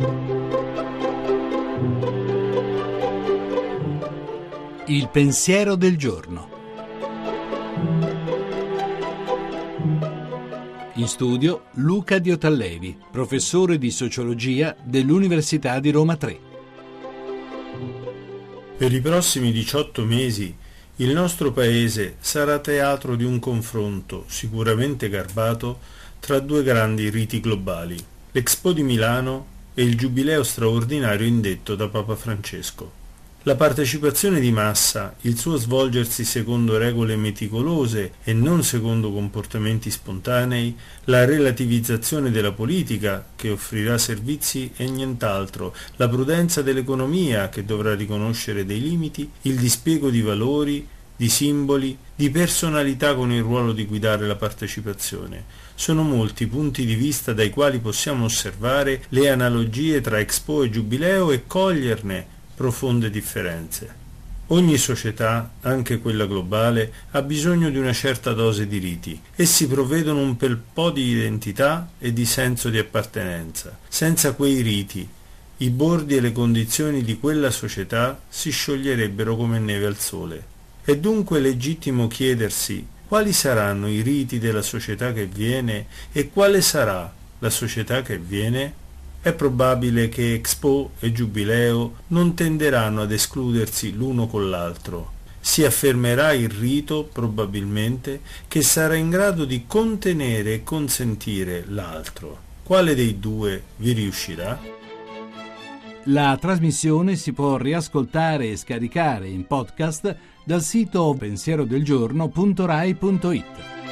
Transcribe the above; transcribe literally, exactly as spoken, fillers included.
Il pensiero del giorno. In studio Luca Diotallevi, professore di sociologia dell'Università di Roma tre. Per i prossimi diciotto mesi il nostro paese sarà teatro di un confronto sicuramente garbato tra due grandi riti globali, l'Expo di Milano e il giubileo straordinario indetto da Papa Francesco. La partecipazione di massa, il suo svolgersi secondo regole meticolose e non secondo comportamenti spontanei, la relativizzazione della politica che offrirà servizi e nient'altro, la prudenza dell'economia che dovrà riconoscere dei limiti, il dispiego di valori, di simboli, di personalità con il ruolo di guidare la partecipazione. Sono molti punti di vista dai quali possiamo osservare le analogie tra Expo e Giubileo e coglierne profonde differenze. Ogni società, anche quella globale, ha bisogno di una certa dose di riti. Essi provvedono un bel po' di identità e di senso di appartenenza. Senza quei riti, i bordi e le condizioni di quella società si scioglierebbero come neve al sole. È dunque legittimo chiedersi quali saranno i riti della società che viene e quale sarà la società che viene. È probabile che Expo e Giubileo non tenderanno ad escludersi l'uno con l'altro. Si affermerà il rito, probabilmente, che sarà in grado di contenere e consentire l'altro. Quale dei due vi riuscirà? La trasmissione si può riascoltare e scaricare in podcast dal sito pensierodelgiorno punto rai punto it.